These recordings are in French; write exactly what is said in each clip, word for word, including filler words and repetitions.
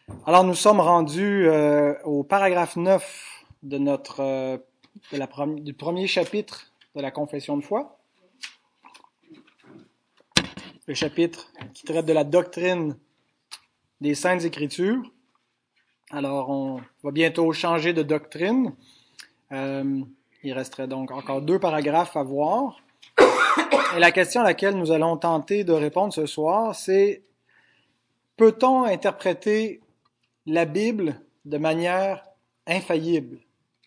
Alors, nous sommes rendus euh, au paragraphe neuf de notre, euh, de la prom- du premier chapitre de la Confession de foi, le chapitre qui traite de la doctrine des Saintes Écritures. Alors, on va bientôt changer de doctrine. Euh, il resterait donc encore deux paragraphes à voir. Et la question à laquelle nous allons tenter de répondre ce soir, c'est: peut-on interpréter la Bible de manière infaillible?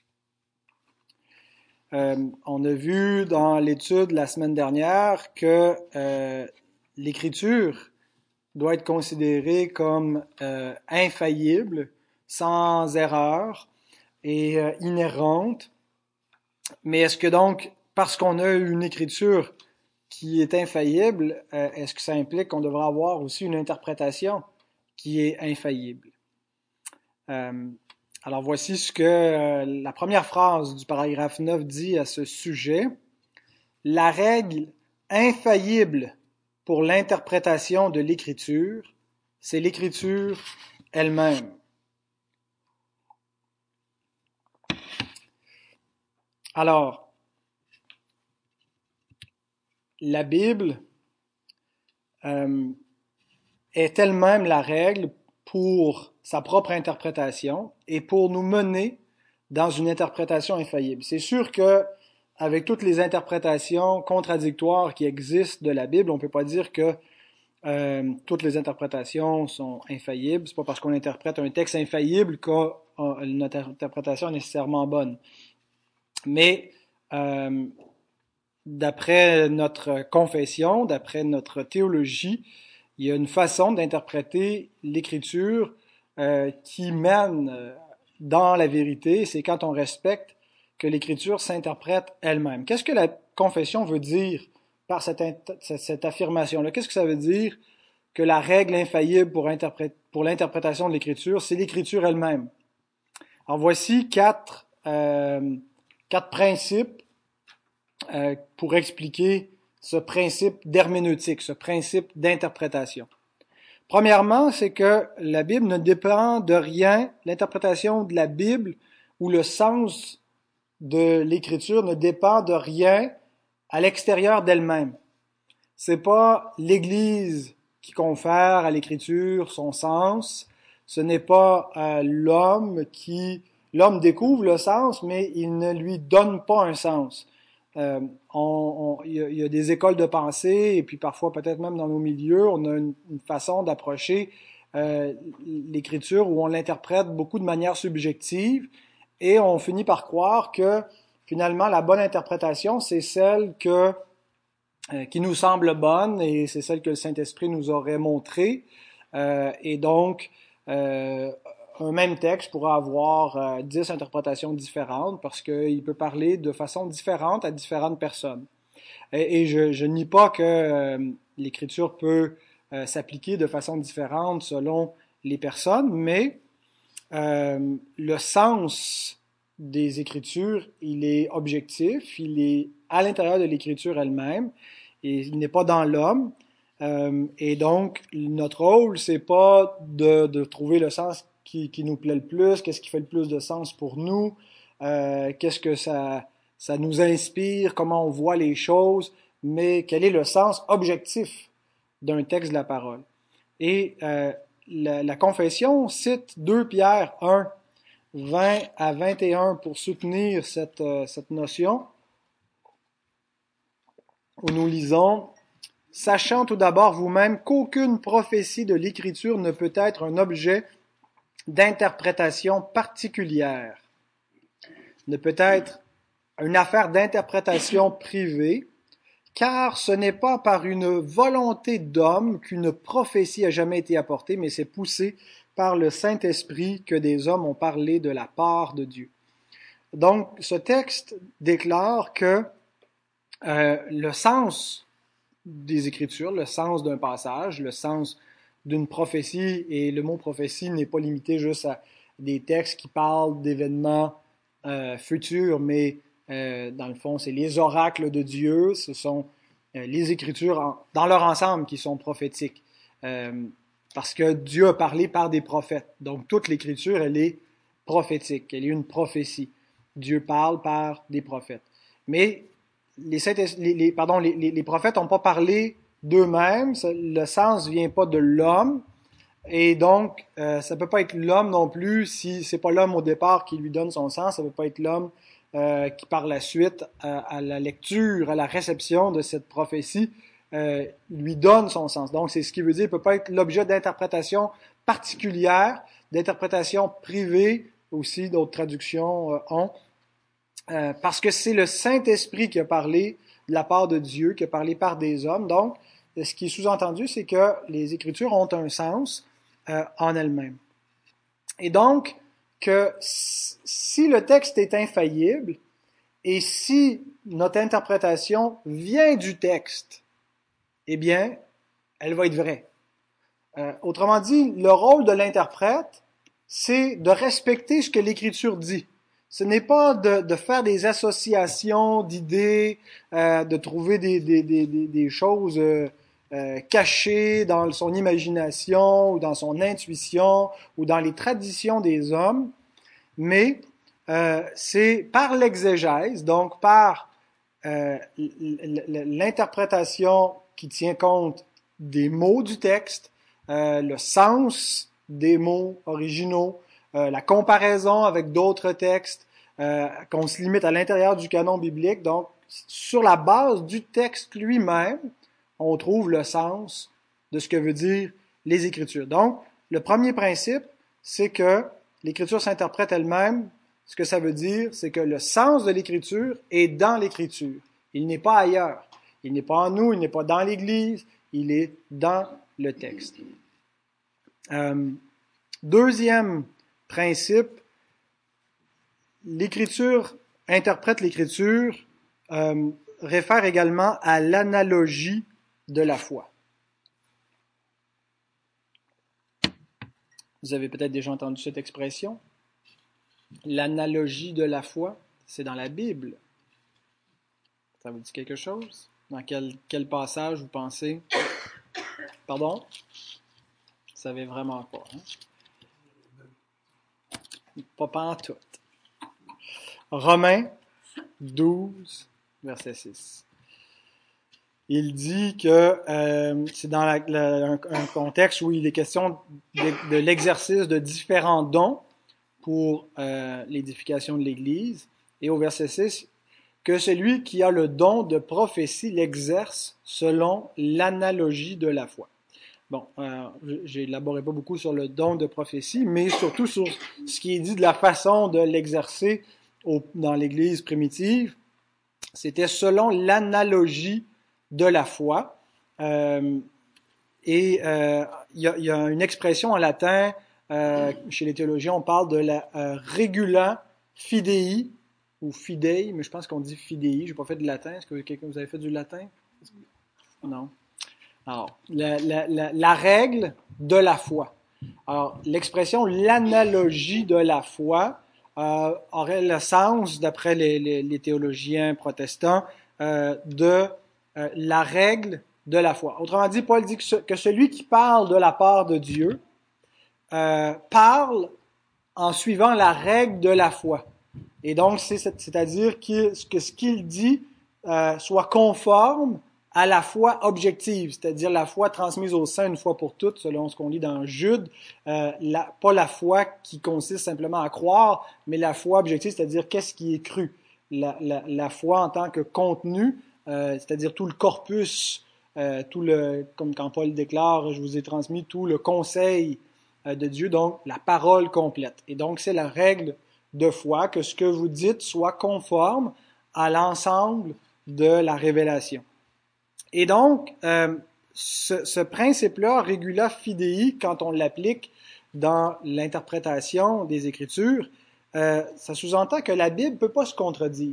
Euh, on a vu dans l'étude la semaine dernière que euh, l'écriture doit être considérée comme euh, infaillible, sans erreur et euh, inhérente. Mais est-ce que donc, parce qu'on a une écriture qui est infaillible, euh, est-ce que ça implique qu'on devra avoir aussi une interprétation qui est infaillible? Euh, alors voici ce que euh, la première phrase du paragraphe neuf dit à ce sujet. La règle infaillible pour l'interprétation de l'écriture, c'est l'écriture elle-même. Alors, la Bible euh, est elle-même la règle pour sa propre interprétation et pour nous mener dans une interprétation infaillible. C'est sûr que avec toutes les interprétations contradictoires qui existent de la Bible, on ne peut pas dire que euh, toutes les interprétations sont infaillibles. C'est pas parce qu'on interprète un texte infaillible que euh, notre interprétation est nécessairement bonne. Mais euh, d'après notre confession, d'après notre théologie, il y a une façon d'interpréter l'Écriture euh, qui mène euh, dans la vérité. C'est quand on respecte que l'Écriture s'interprète elle-même. Qu'est-ce que la confession veut dire par cette, cette affirmation-là? Qu'est-ce que ça veut dire que la règle infaillible pour, pour l'interprétation de l'Écriture, c'est l'Écriture elle-même? Alors voici quatre, euh, quatre principes euh, pour expliquer ce principe d'herméneutique, ce principe d'interprétation. Premièrement, c'est que la Bible ne dépend de rien, l'interprétation de la Bible ou le sens de l'Écriture ne dépend de rien à l'extérieur d'elle-même. C'est pas l'Église qui confère à l'Écriture son sens, ce n'est pas euh, l'homme qui... L'homme découvre le sens, mais il ne lui donne pas un sens. Euh, on, on, il, y a, il y a des écoles de pensée, et puis parfois peut-être même dans nos milieux, on a une, une façon d'approcher euh, l'Écriture où on l'interprète beaucoup de manière subjective, et on finit par croire que finalement la bonne interprétation, c'est celle que Euh, qui nous semble bonne et c'est celle que le Saint-Esprit nous aurait montrée. Euh, et donc, euh, un même texte pourra avoir euh, dix interprétations différentes parce qu'il peut parler de façon différente à différentes personnes. Et, et je, je nie pas que euh, l'Écriture peut euh, s'appliquer de façon différente selon les personnes, mais euh, le sens des Écritures, il est objectif, il est à l'intérieur de l'Écriture elle-même, et il n'est pas dans l'homme. Euh, et donc, notre rôle, c'est pas de, de trouver le sens qui, qui nous plaît le plus, qu'est-ce qui fait le plus de sens pour nous, euh, qu'est-ce que ça, ça nous inspire, comment on voit les choses, mais quel est le sens objectif d'un texte de la parole. Et euh, la, la confession cite deux Pierre un, vingt à vingt et un pour soutenir cette, euh, cette notion, où nous lisons: sachant tout d'abord vous-même qu'aucune prophétie de l'Écriture ne peut être un objet d'interprétation particulière, ne peut être une affaire d'interprétation privée, car ce n'est pas par une volonté d'homme qu'une prophétie a jamais été apportée, mais c'est poussé par le Saint-Esprit que des hommes ont parlé de la part de Dieu. Donc, ce texte déclare que euh, le sens des Écritures, le sens d'un passage, le sens d'une prophétie, et le mot prophétie n'est pas limité juste à des textes qui parlent d'événements euh, futurs, mais euh, dans le fond, c'est les oracles de Dieu, ce sont euh, les Écritures en, dans leur ensemble qui sont prophétiques. Euh, parce que Dieu a parlé par des prophètes. Donc, toute l'Écriture, elle est prophétique, elle est une prophétie. Dieu parle par des prophètes. Mais les, les, les, pardon, les, les, les prophètes n'ont pas parlé d'eux-mêmes, le sens ne vient pas de l'homme, et donc euh, ça ne peut pas être l'homme non plus si c'est pas l'homme au départ qui lui donne son sens, ça ne peut pas être l'homme euh, qui par la suite, à, à la lecture, à la réception de cette prophétie, euh, lui donne son sens. Donc c'est ce qui veut dire, il ne peut pas être l'objet d'interprétation particulière, d'interprétation privée, aussi d'autres traductions euh, ont, euh, parce que c'est le Saint-Esprit qui a parlé de la part de Dieu, qui a parlé par des hommes. Donc, ce qui est sous-entendu, c'est que les Écritures ont un sens euh, en elles-mêmes. Et donc, que si le texte est infaillible, et si notre interprétation vient du texte, eh bien, elle va être vraie. Euh, autrement dit, le rôle de l'interprète, c'est de respecter ce que l'Écriture dit. Ce n'est pas de, de faire des associations d'idées, euh, de trouver des, des, des, des choses euh, euh, cachées dans son imagination ou dans son intuition ou dans les traditions des hommes, mais euh, c'est par l'exégèse, donc par euh, l'interprétation qui tient compte des mots du texte, euh, le sens des mots originaux, euh, la comparaison avec d'autres textes, euh, qu'on se limite à l'intérieur du canon biblique. Donc, sur la base du texte lui-même, on trouve le sens de ce que veut dire les Écritures. Donc, le premier principe, c'est que l'Écriture s'interprète elle-même. Ce que ça veut dire, c'est que le sens de l'Écriture est dans l'Écriture. Il n'est pas ailleurs. Il n'est pas en nous, il n'est pas dans l'Église, il est dans le texte. Euh, deuxième principe, l'Écriture, interprète l'Écriture, euh, réfère également à l'analogie de la foi. Vous avez peut-être déjà entendu cette expression. L'analogie de la foi, c'est dans la Bible. Ça vous dit quelque chose? Dans quel, quel passage vous pensez? Pardon? Vous ne savez vraiment pas. Hein? Pas pantoute. Romains douze, verset six. Il dit que euh, c'est dans la, la, un, un contexte où il est question de, de l'exercice de différents dons pour euh, l'édification de l'Église. Et au verset six, que celui qui a le don de prophétie l'exerce selon l'analogie de la foi. Bon, euh, j'élaborerai pas beaucoup sur le don de prophétie, mais surtout sur ce qui est dit de la façon de l'exercer au, dans l'Église primitive. C'était selon l'analogie de la foi. Euh, et euh, il y, a, y a une expression en latin, euh, chez les théologiens, on parle de la euh, regula fidei, ou fidei, mais je pense qu'on dit fidei. Je n'ai pas fait de latin. Est-ce que quelqu'un vous avez fait du latin? Non. Alors, la, la, la, la règle de la foi. Alors, l'expression l'analogie de la foi euh, aurait le sens, d'après les, les, les théologiens protestants, euh, de euh, la règle de la foi. Autrement dit, Paul dit que, ce, que celui qui parle de la part de Dieu euh, parle en suivant la règle de la foi. Et donc, c'est, c'est-à-dire que ce qu'il dit euh, soit conforme à la foi objective, c'est-à-dire la foi transmise aux saints une fois pour toutes, selon ce qu'on lit dans Jude, euh, la, pas la foi qui consiste simplement à croire, mais la foi objective, c'est-à-dire qu'est-ce qui est cru. La, la, la foi en tant que contenu, euh, c'est-à-dire tout le corpus, euh, tout le, comme quand Paul déclare, je vous ai transmis tout le conseil euh, de Dieu, donc la parole complète. Et donc, c'est la règle de foi, que ce que vous dites soit conforme à l'ensemble de la révélation. Et donc, euh, ce, ce principe-là, regula fidei, quand on l'applique dans l'interprétation des Écritures, euh, ça sous-entend que la Bible ne peut pas se contredire.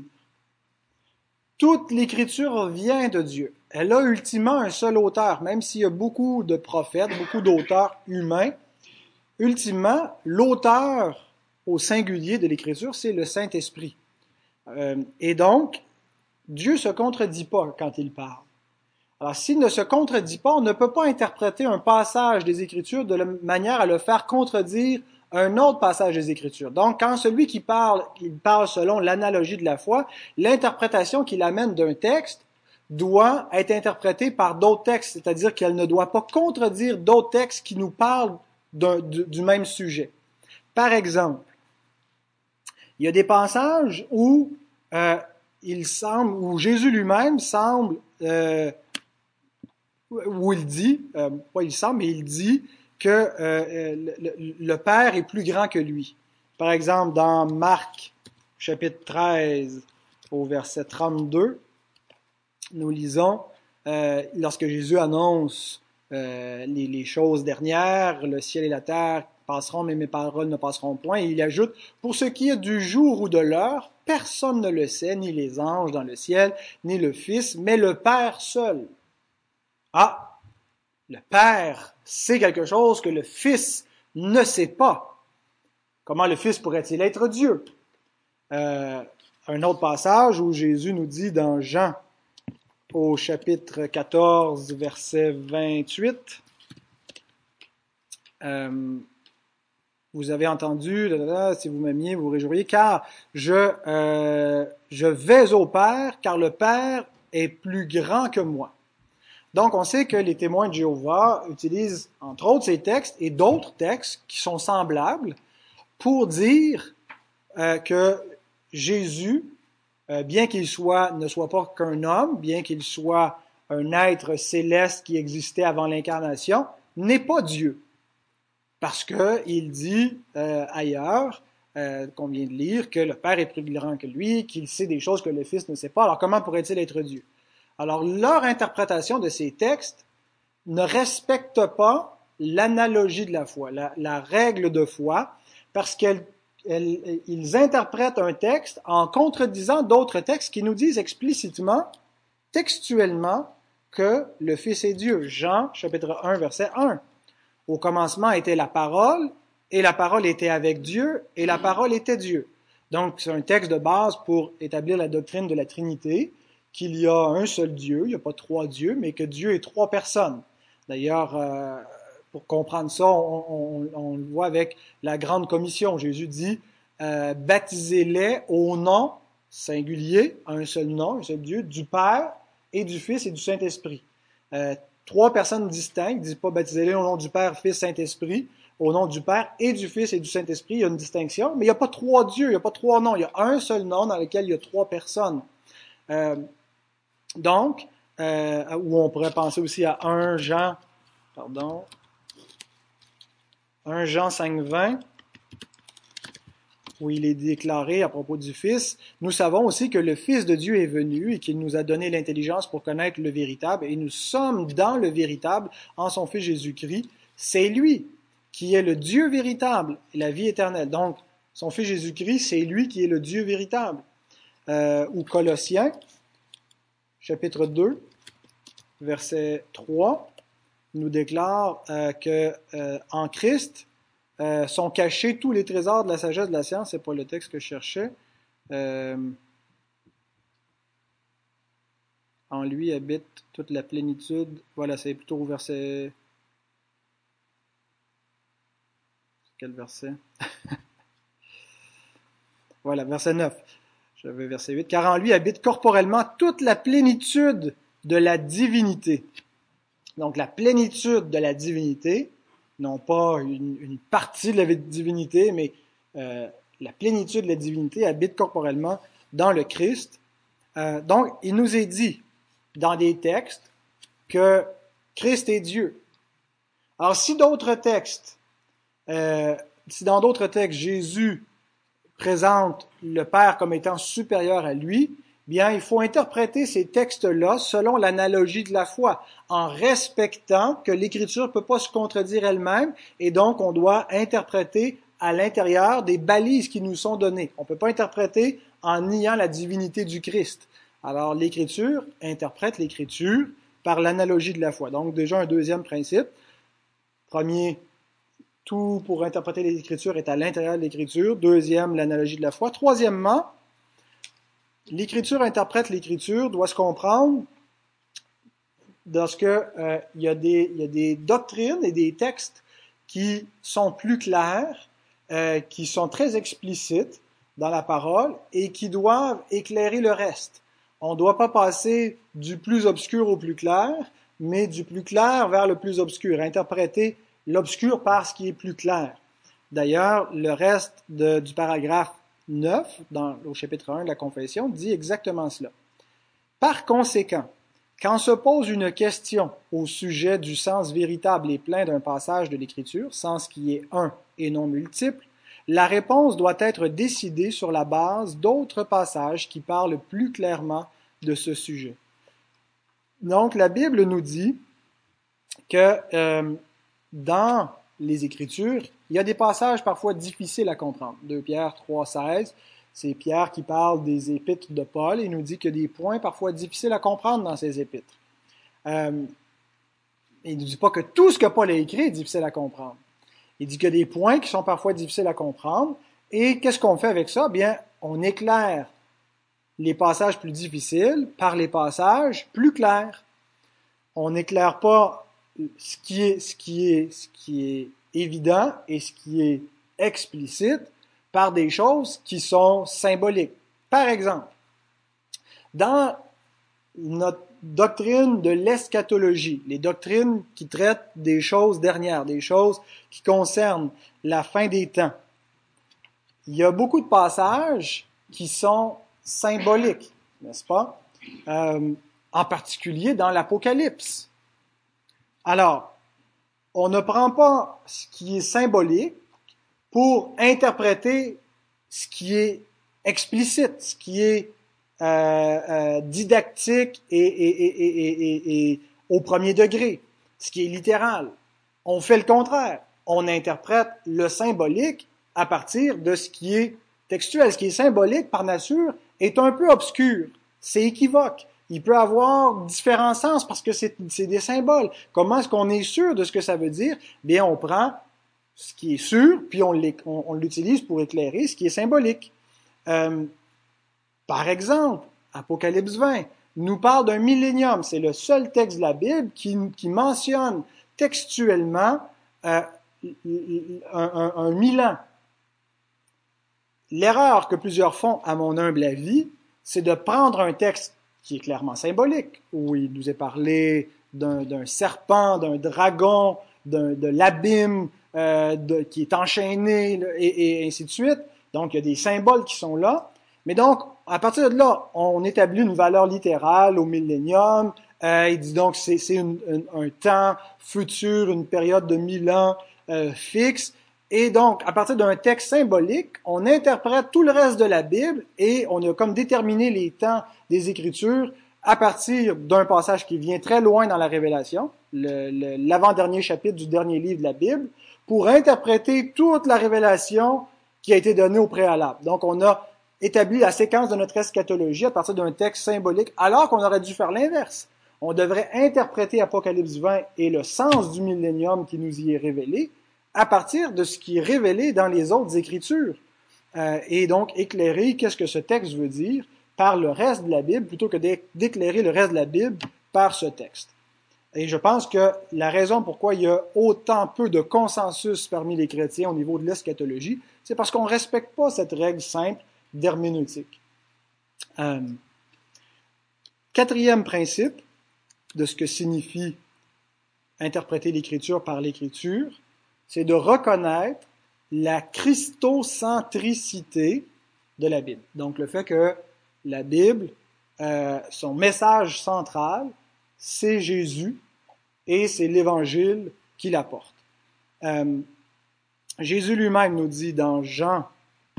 Toute l'Écriture vient de Dieu. Elle a ultimement un seul auteur, même s'il y a beaucoup de prophètes, beaucoup d'auteurs humains. Ultimement, l'auteur au singulier de l'Écriture, c'est le Saint-Esprit. Euh, et donc, Dieu ne se contredit pas quand il parle. Alors, s'il ne se contredit pas, on ne peut pas interpréter un passage des Écritures de la manière à le faire contredire un autre passage des Écritures. Donc, quand celui qui parle, il parle selon l'analogie de la foi, l'interprétation qu'il amène d'un texte doit être interprétée par d'autres textes, c'est-à-dire qu'elle ne doit pas contredire d'autres textes qui nous parlent d'un, du, du même sujet. Par exemple, il y a des passages où euh, il semble, où Jésus lui-même semble, euh, où il dit, euh, pas il semble, mais il dit que euh, le, le Père est plus grand que lui. Par exemple, dans Marc, chapitre treize, au verset trente-deux, nous lisons, euh, lorsque Jésus annonce euh, les, les choses dernières, le ciel et la terre passeront, mais mes paroles ne passeront point, et il ajoute, pour ce qui est du jour ou de l'heure, personne ne le sait, ni les anges dans le ciel, ni le Fils, mais le Père seul. Ah, le Père sait quelque chose que le Fils ne sait pas. Comment le Fils pourrait-il être Dieu? Euh, un autre passage où Jésus nous dit dans Jean, au chapitre quatorze, verset vingt-huit, euh, vous avez entendu, là, là, là, si vous m'aimiez, vous vous réjouiriez, car je, euh, je vais au Père, car le Père est plus grand que moi. Donc, on sait que les témoins de Jéhovah utilisent, entre autres, ces textes et d'autres textes qui sont semblables pour dire euh, que Jésus, euh, bien qu'il soit, ne soit pas qu'un homme, bien qu'il soit un être céleste qui existait avant l'incarnation, n'est pas Dieu. Parce qu'il dit euh, ailleurs, euh, qu'on vient de lire, que le Père est plus grand que lui, qu'il sait des choses que le Fils ne sait pas. Alors, comment pourrait-il être Dieu? Alors, leur interprétation de ces textes ne respecte pas l'analogie de la foi, la, la règle de foi, parce qu'ils interprètent un texte en contredisant d'autres textes qui nous disent explicitement, textuellement, que le Fils est Dieu. Jean, chapitre un, verset un. Au commencement était la parole, et la parole était avec Dieu, et la parole était Dieu. Donc, c'est un texte de base pour établir la doctrine de la Trinité, qu'il y a un seul Dieu, il n'y a pas trois dieux, mais que Dieu est trois personnes. D'ailleurs, euh, pour comprendre ça, on, on, on le voit avec la Grande Commission. Jésus dit, euh, baptisez-les au nom singulier, un seul nom, un seul Dieu, du Père et du Fils et du Saint-Esprit. Euh, trois personnes distinctes, il ne dit pas baptisez-les au nom du Père, Fils, Saint-Esprit, au nom du Père et du Fils et du Saint-Esprit, il y a une distinction, mais il n'y a pas trois dieux, il n'y a pas trois noms, il y a un seul nom dans lequel il y a trois personnes. Euh, Donc, euh, où on pourrait penser aussi à un Jean, pardon, un Jean cinq vingt, où il est déclaré à propos du Fils, nous savons aussi que le Fils de Dieu est venu et qu'il nous a donné l'intelligence pour connaître le véritable, et nous sommes dans le véritable en son Fils Jésus-Christ. C'est lui qui est le Dieu véritable et la vie éternelle. Donc, son Fils Jésus-Christ, c'est lui qui est le Dieu véritable. Euh, ou Colossiens, chapitre deux, verset trois, nous déclare euh, que euh, en Christ euh, sont cachés tous les trésors de la sagesse de la science. C'est pas le texte que je cherchais. Euh, en lui habite toute la plénitude. Voilà, c'est plutôt au verset. Quel verset? Voilà, verset neuf. J'avais verset huit. Car en lui habite corporellement toute la plénitude de la divinité. Donc, la plénitude de la divinité, non pas une, une partie de la divinité, mais euh, la plénitude de la divinité habite corporellement dans le Christ. Euh, donc, il nous est dit dans des textes que Christ est Dieu. Alors, si d'autres textes, euh, si dans d'autres textes, Jésus présente le Père comme étant supérieur à lui, bien, il faut interpréter ces textes-là selon l'analogie de la foi, en respectant que l'Écriture ne peut pas se contredire elle-même, et donc on doit interpréter à l'intérieur des balises qui nous sont données. On ne peut pas interpréter en niant la divinité du Christ. Alors, l'Écriture interprète l'Écriture par l'analogie de la foi. Donc, déjà un deuxième principe. Premier, tout pour interpréter l'Écriture est à l'intérieur de l'Écriture. Deuxième, l'analogie de la foi. Troisièmement, l'Écriture interprète l'Écriture, doit se comprendre lorsque euh, il y a des, il y a des doctrines et des textes qui sont plus clairs, euh, qui sont très explicites dans la parole et qui doivent éclairer le reste. On ne doit pas passer du plus obscur au plus clair, mais du plus clair vers le plus obscur, interpréter l'obscur par ce qui est plus clair. D'ailleurs, le reste de, du paragraphe neuf, dans, au chapitre un de la Confession, dit exactement cela. Par conséquent, quand se pose une question au sujet du sens véritable et plein d'un passage de l'Écriture, sens qui est un et non multiple, la réponse doit être décidée sur la base d'autres passages qui parlent plus clairement de ce sujet. Donc, la Bible nous dit que euh, dans les Écritures, il y a des passages parfois difficiles à comprendre. deux Pierre trois seize, c'est Pierre qui parle des épîtres de Paul et il nous dit qu'il y a des points parfois difficiles à comprendre dans ces épîtres. Euh, il ne dit pas que tout ce que Paul a écrit est difficile à comprendre. Il dit qu'il y a des points qui sont parfois difficiles à comprendre. Et qu'est-ce qu'on fait avec ça? Bien, on éclaire les passages plus difficiles par les passages plus clairs. On n'éclaire pas ce qui est, ce qui est, ce qui est évident et ce qui est explicite par des choses qui sont symboliques. Par exemple, dans notre doctrine de l'eschatologie, les doctrines qui traitent des choses dernières, des choses qui concernent la fin des temps, il y a beaucoup de passages qui sont symboliques, n'est-ce pas? Euh, en particulier dans l'Apocalypse. Alors, on ne prend pas ce qui est symbolique pour interpréter ce qui est explicite, ce qui est euh, euh, didactique et, et, et, et, et, et au premier degré, ce qui est littéral. On fait le contraire. On interprète le symbolique à partir de ce qui est textuel. Ce qui est symbolique, par nature, est un peu obscur. C'est équivoque. Il peut avoir différents sens parce que c'est, c'est des symboles. Comment est-ce qu'on est sûr de ce que ça veut dire? Bien, on prend ce qui est sûr, puis on, on, on l'utilise pour éclairer ce qui est symbolique. Euh, par exemple, Apocalypse vingt nous parle d'un millénium. C'est le seul texte de la Bible qui, qui mentionne textuellement euh, un, un, un mille ans. L'erreur que plusieurs font, à mon humble avis, c'est de prendre un texte qui est clairement symbolique, où il nous est parlé d'un, d'un serpent, d'un dragon, d'un, de l'abîme euh, de, qui est enchaîné, et, et ainsi de suite. Donc, il y a des symboles qui sont là. Mais donc, à partir de là, on établit une valeur littérale au millénium. Euh, il dit donc que c'est, c'est une, une, un temps futur, une période de mille ans euh, fixe. Et donc, à partir d'un texte symbolique, on interprète tout le reste de la Bible et on a comme déterminé les temps des Écritures à partir d'un passage qui vient très loin dans la Révélation, le, le, l'avant-dernier chapitre du dernier livre de la Bible, pour interpréter toute la Révélation qui a été donnée au préalable. Donc, on a établi la séquence de notre eschatologie à partir d'un texte symbolique, alors qu'on aurait dû faire l'inverse. On devrait interpréter Apocalypse vingt et le sens du millénium qui nous y est révélé à partir de ce qui est révélé dans les autres Écritures. Euh, et donc éclairer qu'est-ce que ce texte veut dire par le reste de la Bible, plutôt que d'éclairer le reste de la Bible par ce texte. Et je pense que la raison pourquoi il y a autant peu de consensus parmi les chrétiens au niveau de l'eschatologie, c'est parce qu'on ne respecte pas cette règle simple d'herméneutique. Euh, quatrième principe de ce que signifie interpréter l'Écriture par l'Écriture, c'est de reconnaître la christocentricité de la Bible. Donc, le fait que la Bible, euh, son message central, c'est Jésus et c'est l'Évangile qui l'apporte. Euh, Jésus lui-même nous dit dans Jean,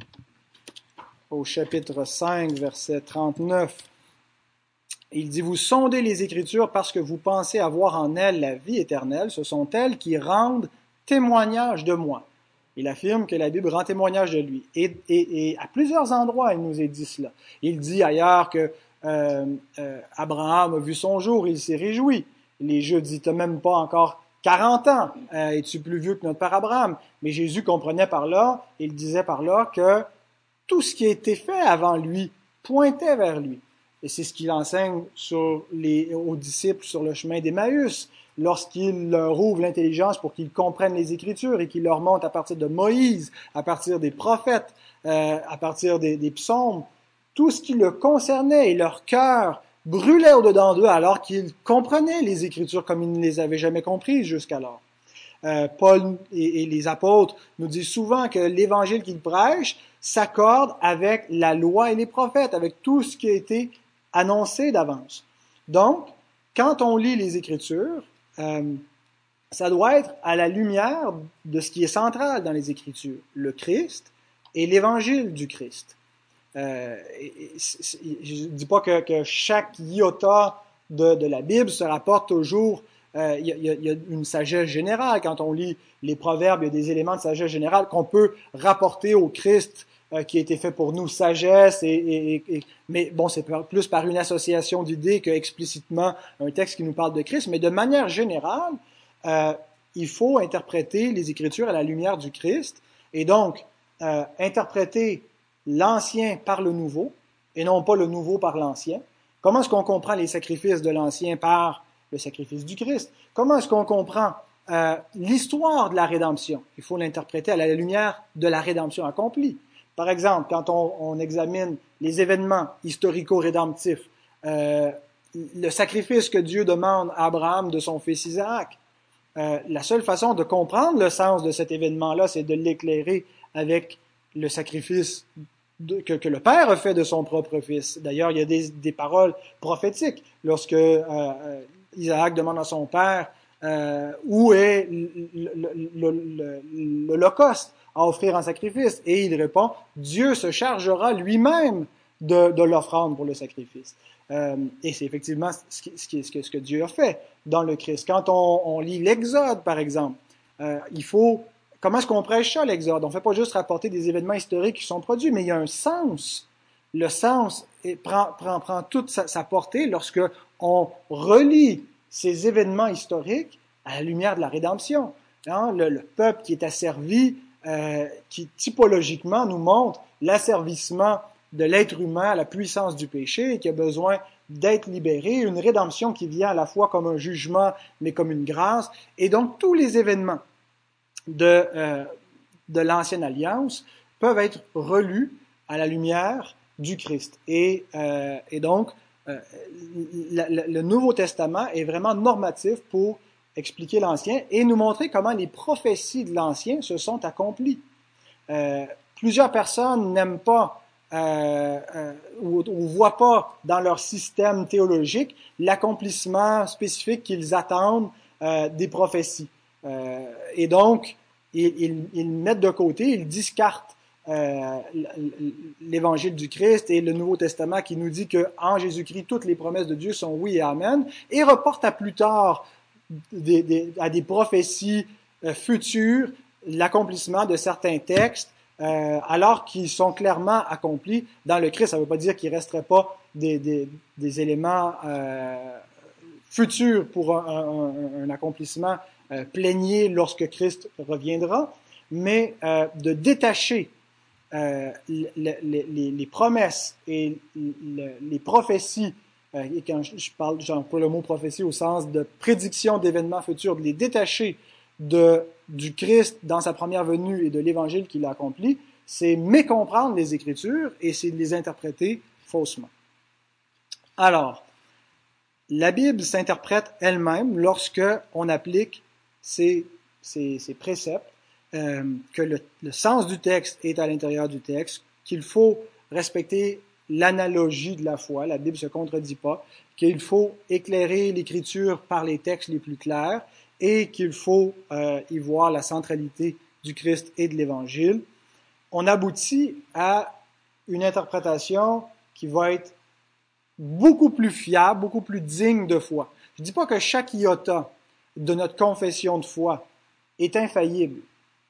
au chapitre cinq, verset trente-neuf, il dit « Vous sondez les Écritures parce que vous pensez avoir en elles la vie éternelle. Ce sont elles qui rendent témoignage de moi. » Il affirme que la Bible rend témoignage de lui. Et, et, et à plusieurs endroits, il nous est dit cela. Il dit ailleurs que euh, euh, Abraham a vu son jour, il s'est réjoui. Les Juifs disent « T'as même pas encore quarante ans, euh, es-tu plus vieux que notre père Abraham? » Mais Jésus comprenait par là, il disait par là que tout ce qui a été fait avant lui pointait vers lui. Et c'est ce qu'il enseigne sur les, aux disciples sur le chemin d'Emmaüs, lorsqu'il leur ouvre l'intelligence pour qu'ils comprennent les Écritures et qu'il leur montre à partir de Moïse, à partir des prophètes, euh, à partir des, des psaumes, tout ce qui le concernait, et leur cœur brûlait au-dedans d'eux alors qu'ils comprenaient les Écritures comme ils ne les avaient jamais comprises jusqu'alors. Euh, Paul et, et les apôtres nous disent souvent que l'évangile qu'ils prêchent s'accorde avec la loi et les prophètes, avec tout ce qui a été annoncé d'avance. Donc, quand on lit les Écritures, euh, ça doit être à la lumière de ce qui est central dans les Écritures, le Christ et l'évangile du Christ. Euh, et, et, je ne dis pas que, que chaque iota de, de la Bible se rapporte toujours. Il euh, y, y, y a une sagesse générale. Quand on lit les proverbes, il y a des éléments de sagesse générale qu'on peut rapporter au Christ euh, qui a été fait pour nous, sagesse. Et, et, et, mais bon, c'est plus par une association d'idées que explicitement un texte qui nous parle de Christ. Mais de manière générale, euh, il faut interpréter les Écritures à la lumière du Christ. Et donc, euh, interpréter l'Ancien par le Nouveau, et non pas le Nouveau par l'Ancien. Comment est-ce qu'on comprend les sacrifices de l'Ancien par le sacrifice du Christ? Comment est-ce qu'on comprend euh, l'histoire de la rédemption? Il faut l'interpréter à la lumière de la rédemption accomplie. Par exemple, quand on, on examine les événements historico-rédemptifs, euh, le sacrifice que Dieu demande à Abraham de son fils Isaac, euh, la seule façon de comprendre le sens de cet événement-là, c'est de l'éclairer avec le sacrifice de, que, que le Père a fait de son propre fils. D'ailleurs, il y a des, des paroles prophétiques lorsque euh, Isaac demande à son père euh, où est l'Holocauste à offrir en sacrifice. Et il répond, Dieu se chargera lui-même de, de l'offrande pour le sacrifice. Euh, et c'est effectivement ce, qui, ce, qui, ce, que, ce que Dieu a fait dans le Christ. Quand on, on lit l'Exode, par exemple, euh, il faut... Comment est-ce qu'on prêche ça, l'Exode? On ne fait pas juste rapporter des événements historiques qui sont produits, mais il y a un sens. Le sens est, prend, prend, prend toute sa, sa portée lorsque on relie ces événements historiques à la lumière de la rédemption. Hein? Le, le peuple qui est asservi, euh, qui typologiquement nous montre l'asservissement de l'être humain à la puissance du péché et qui a besoin d'être libéré, une rédemption qui vient à la fois comme un jugement, mais comme une grâce. Et donc, tous les événements de, euh, de l'Ancienne Alliance peuvent être relus à la lumière du Christ. Et, euh, et donc, euh, la, la, le Nouveau Testament est vraiment normatif pour expliquer l'Ancien et nous montrer comment les prophéties de l'Ancien se sont accomplies. Euh, plusieurs personnes n'aiment pas euh, euh, ou ne voient pas dans leur système théologique l'accomplissement spécifique qu'ils attendent euh, des prophéties. Euh, et donc, ils, ils, ils mettent de côté, ils discartent euh, l'évangile du Christ et le Nouveau Testament qui nous dit que en Jésus-Christ, toutes les promesses de Dieu sont oui et amen, et reportent à plus tard des, des, à des prophéties euh, futures l'accomplissement de certains textes, euh, alors qu'ils sont clairement accomplis dans le Christ. Ça ne veut pas dire qu'il ne resterait pas des, des, des éléments euh, futurs pour un, un, un accomplissement Euh, plénier lorsque Christ reviendra, mais euh, de détacher euh, les, les, les promesses et les, les prophéties, euh, et quand je parle, j'emploie le mot prophétie au sens de prédiction d'événements futurs, de les détacher de, du Christ dans sa première venue et de l'Évangile qu'il a accompli, c'est mécomprendre les Écritures et c'est de les interpréter faussement. Alors, la Bible s'interprète elle-même lorsque on applique Ces, ces, ces préceptes, euh, que le, le sens du texte est à l'intérieur du texte, qu'il faut respecter l'analogie de la foi, la Bible ne se contredit pas, qu'il faut éclairer l'Écriture par les textes les plus clairs et qu'il faut euh, y voir la centralité du Christ et de l'Évangile. On aboutit à une interprétation qui va être beaucoup plus fiable, beaucoup plus digne de foi. Je ne dis pas que chaque iota de notre confession de foi est infaillible.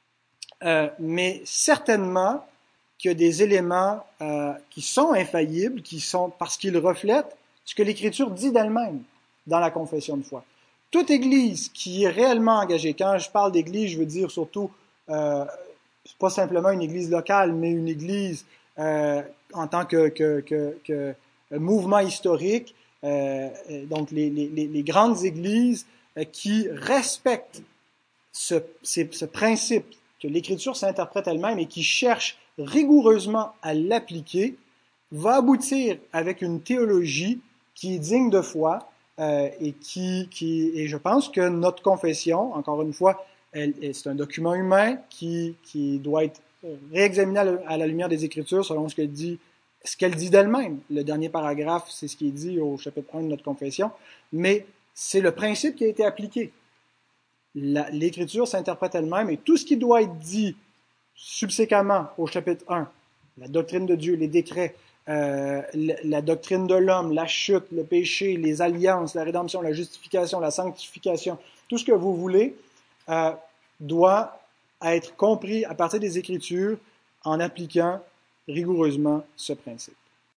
Euh, mais certainement qu'il y a des éléments euh, qui sont infaillibles, qui sont parce qu'ils reflètent ce que l'Écriture dit d'elle-même dans la confession de foi. Toute Église qui est réellement engagée, quand je parle d'Église, je veux dire surtout, euh, c'est pas simplement une Église locale, mais une Église euh, en tant que, que, que, que mouvement historique, euh, donc les, les, les grandes églises euh, qui respectent ce, ce principe que l'Écriture s'interprète elle-même et qui cherchent rigoureusement à l'appliquer, va aboutir avec une théologie qui est digne de foi euh, et qui, qui, et je pense que notre confession, encore une fois, elle, c'est un document humain qui, qui doit être réexaminé à la, à la lumière des Écritures selon ce qu'elle dit, ce qu'elle dit d'elle-même. Le dernier paragraphe, c'est ce qui est dit au chapitre un de notre confession, mais c'est le principe qui a été appliqué. La, l'Écriture s'interprète elle-même et tout ce qui doit être dit subséquemment au chapitre un, la doctrine de Dieu, les décrets, euh, la, la doctrine de l'homme, la chute, le péché, les alliances, la rédemption, la justification, la sanctification, tout ce que vous voulez, euh, doit être compris à partir des Écritures en appliquant rigoureusement ce principe.